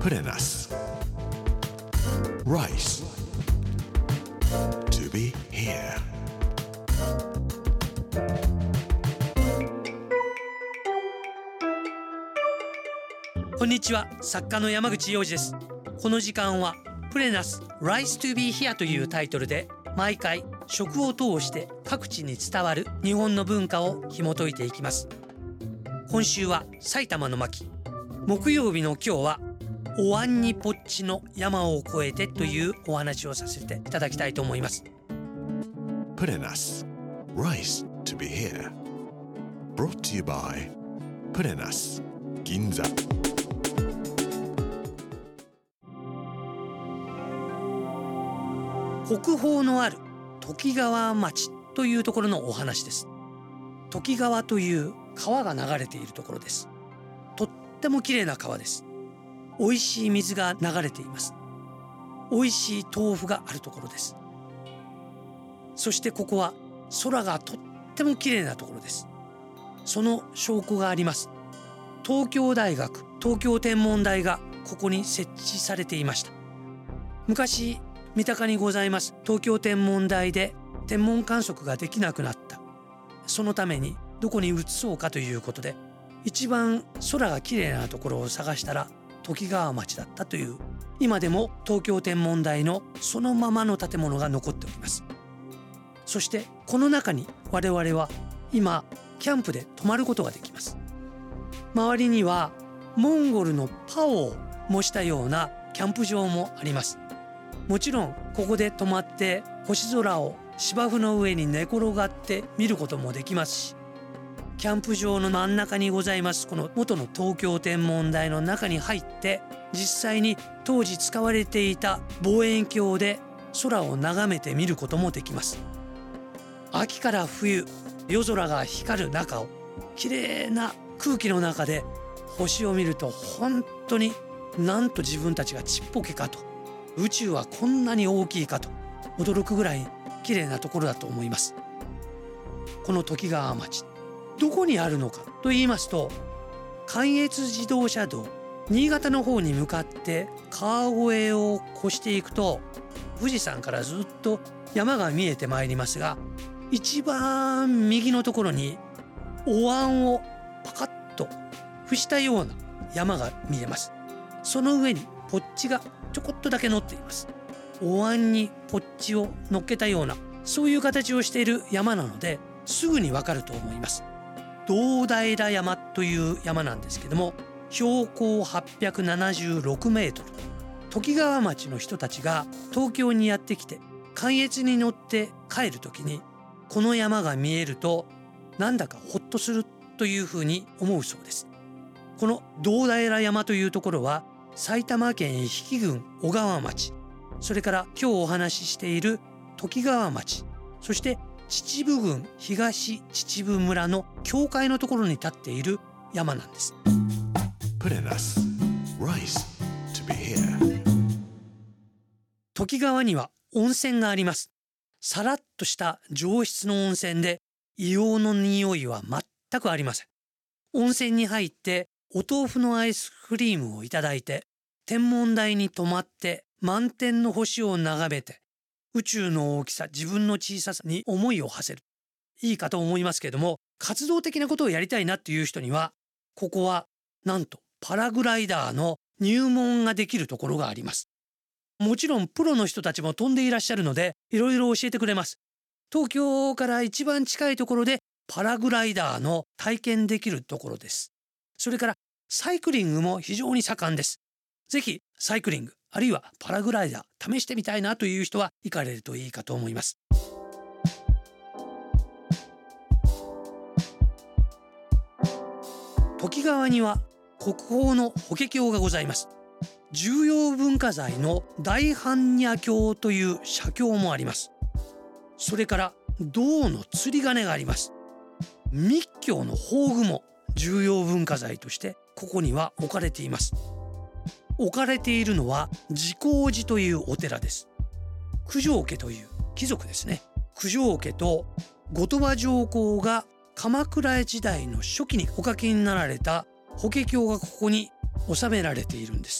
プレナス Rice to be here。 こんにちは、作家の山口洋二です。この時間はプレナス Rice to be here というタイトルで毎回食を通して各地に伝わる日本の文化を紐解いていきます。今週は埼玉の巻、木曜日の今日はお椀にぽっちの山を越えてというお話をさせていただきたいと思います。 プレナス Rice to be here Brought to you by プレナス銀座。 国宝のあるときがわ町というところのお話です。とき川という川が流れているところです。とっても綺麗な川です。美味しい水が流れています。美味しい豆腐があるところです。そしてここは空がとっても綺麗なところです。その証拠があります。東京大学東京天文台がここに設置されていました。昔三鷹にございます東京天文台で天文観測ができなくなった。そのためにどこに移そうかということで一番空が綺麗なところを探したらときがわ町だったという、今でも東京天文台のそのままの建物が残っております。そしてこの中に我々は今キャンプで泊まることができます。周りにはモンゴルのパオを模したようなキャンプ場もあります。もちろんここで泊まって星空を芝生の上に寝転がって見ることもできますし、キャンプ場の真ん中にございますこの元の東京天文台の中に入って実際に当時使われていた望遠鏡で空を眺めて見ることもできます。秋から冬、夜空が光る中をきれいな空気の中で星を見ると本当になんと自分たちがちっぽけかと、宇宙はこんなに大きいかと驚くぐらい綺麗なところだと思います。このときがわ町、どこにあるのかと言いますと、関越自動車道新潟の方に向かって川越を越していくと富士山からずっと山が見えてまいりますが、一番右のところにお椀をパカッと伏したような山が見えます。その上にぽっちがちょこっとだけ乗っています。お椀にぽっちを乗っけたようなそういう形をしている山なのですぐにわかると思います。堂平山という山なんですけども、標高876メートル。ときがわ町の人たちが東京にやってきて関越に乗って帰るときにこの山が見えるとなんだかほっとするというふうに思うそうです。この堂平山というところは埼玉県比企郡小川町、それから今日お話ししているときがわ町、そして秩父郡東秩父村の境界のところに立っている山なんです。 プレナス Rice to be here。 ときがわには温泉があります。さらっとした上質の温泉で硫黄の匂いは全くありません。温泉に入ってお豆腐のアイスクリームをいただいて天文台に泊まって満天の星を眺めて宇宙の大きさ、自分の小ささに思いを馳せる。いいかと思いますけれども、活動的なことをやりたいなっていう人にはここはなんとパラグライダーの入門ができるところがあります。もちろんプロの人たちも飛んでいらっしゃるのでいろいろ教えてくれます。東京から一番近いところでパラグライダーの体験できるところです。それからサイクリングも非常に盛んです。ぜひサイクリングあるいはパラグライダー試してみたいなという人は行かれるといいかと思います。ときがわには国宝の法華経がございます。重要文化財の大般若経という写経もあります。それから銅の釣り鐘があります。密教の宝具も重要文化財としてここには置かれています。置かれているのは慈光寺というお寺です。九条家という貴族ですね。九条家と後鳥羽上皇が鎌倉時代の初期にお書きになられた法華経がここに収められているんです。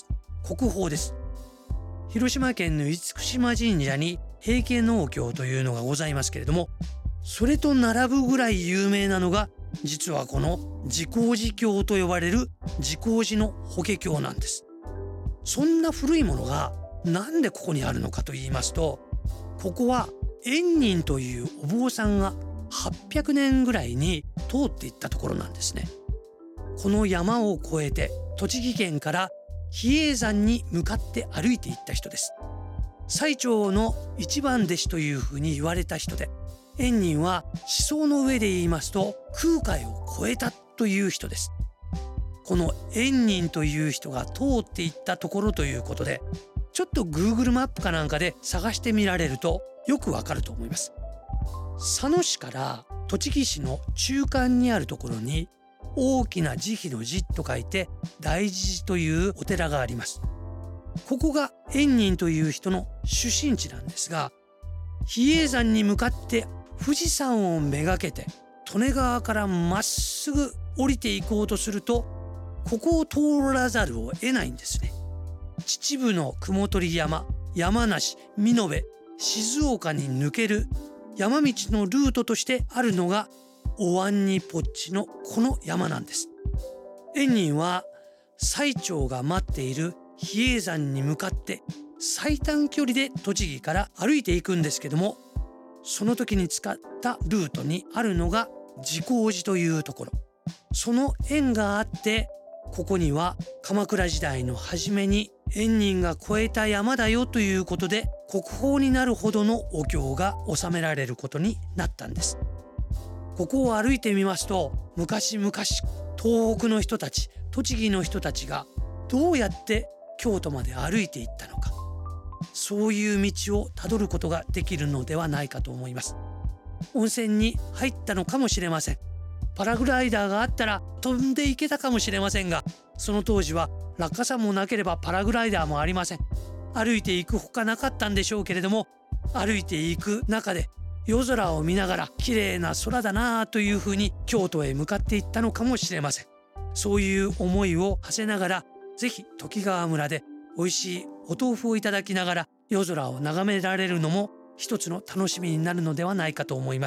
国宝です。広島県の厳島神社に平家農協というのがございますけれども、それと並ぶぐらい有名なのが実はこの慈光寺経と呼ばれる慈光寺の法華経なんです。そんな古いものがなんでここにあるのかと言いますと、ここは円仁というお坊さんが800年ぐらいに通っていったところなんですね。この山を越えて栃木県から比叡山に向かって歩いていった人です。最澄の一番弟子というふうに言われた人で、円仁は思想の上で言いますと空海を超えたという人です。この円仁という人が通っていったところということで、ちょっと Google マップかなんかで探してみられるとよくわかると思います。佐野市から栃木市の中間にあるところに、大きな慈悲の慈と書いて大慈寺というお寺があります。ここが円仁という人の出身地なんですが、比叡山に向かって富士山をめがけて利根川からまっすぐ降りていこうとすると、ここを通らざるを得ないんですね。秩父の雲取山、山梨、美濃部、静岡に抜ける山道のルートとしてあるのがお椀にぽっちのこの山なんです。円仁は最澄が待っている比叡山に向かって最短距離で栃木から歩いていくんですけども、その時に使ったルートにあるのが慈光寺というところ。その縁があって、ここには鎌倉時代の初めに円仁が越えた山だよということで、国宝になるほどのお経が収められることになったんです。ここを歩いてみますと、昔々東北の人たち、栃木の人たちがどうやって京都まで歩いていったのか、そういう道をたどることができるのではないかと思います。温泉に入ったのかもしれません。パラグライダーがあったら飛んでいけたかもしれませんが、その当時は落下傘もなければパラグライダーもありません。歩いていくほかなかったんでしょうけれども、歩いていく中で夜空を見ながら綺麗な空だなというふうに京都へ向かっていったのかもしれません。そういう思いを馳せながら、ぜひときがわ村で美味しいお豆腐をいただきながら夜空を眺められるのも一つの楽しみになるのではないかと思います。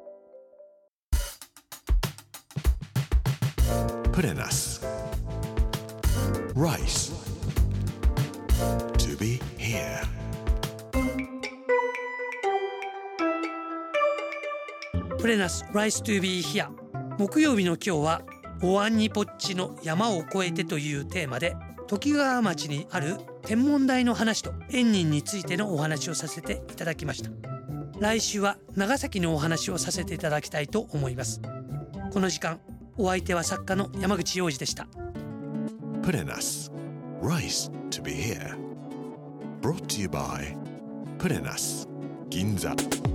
Put in us Rice to be here. プレナス Rice to be here。 木曜日の今日はお椀にぽっちの山を越えてというテーマで、ときがわ町にある天文台の話と円仁についてのお話をさせていただきました。来週は長崎のお話をさせていただきたいと思います。この時間、お相手は作家の山口洋二でした。 Put in us Rice to be here. Brought to you by Put in us 銀座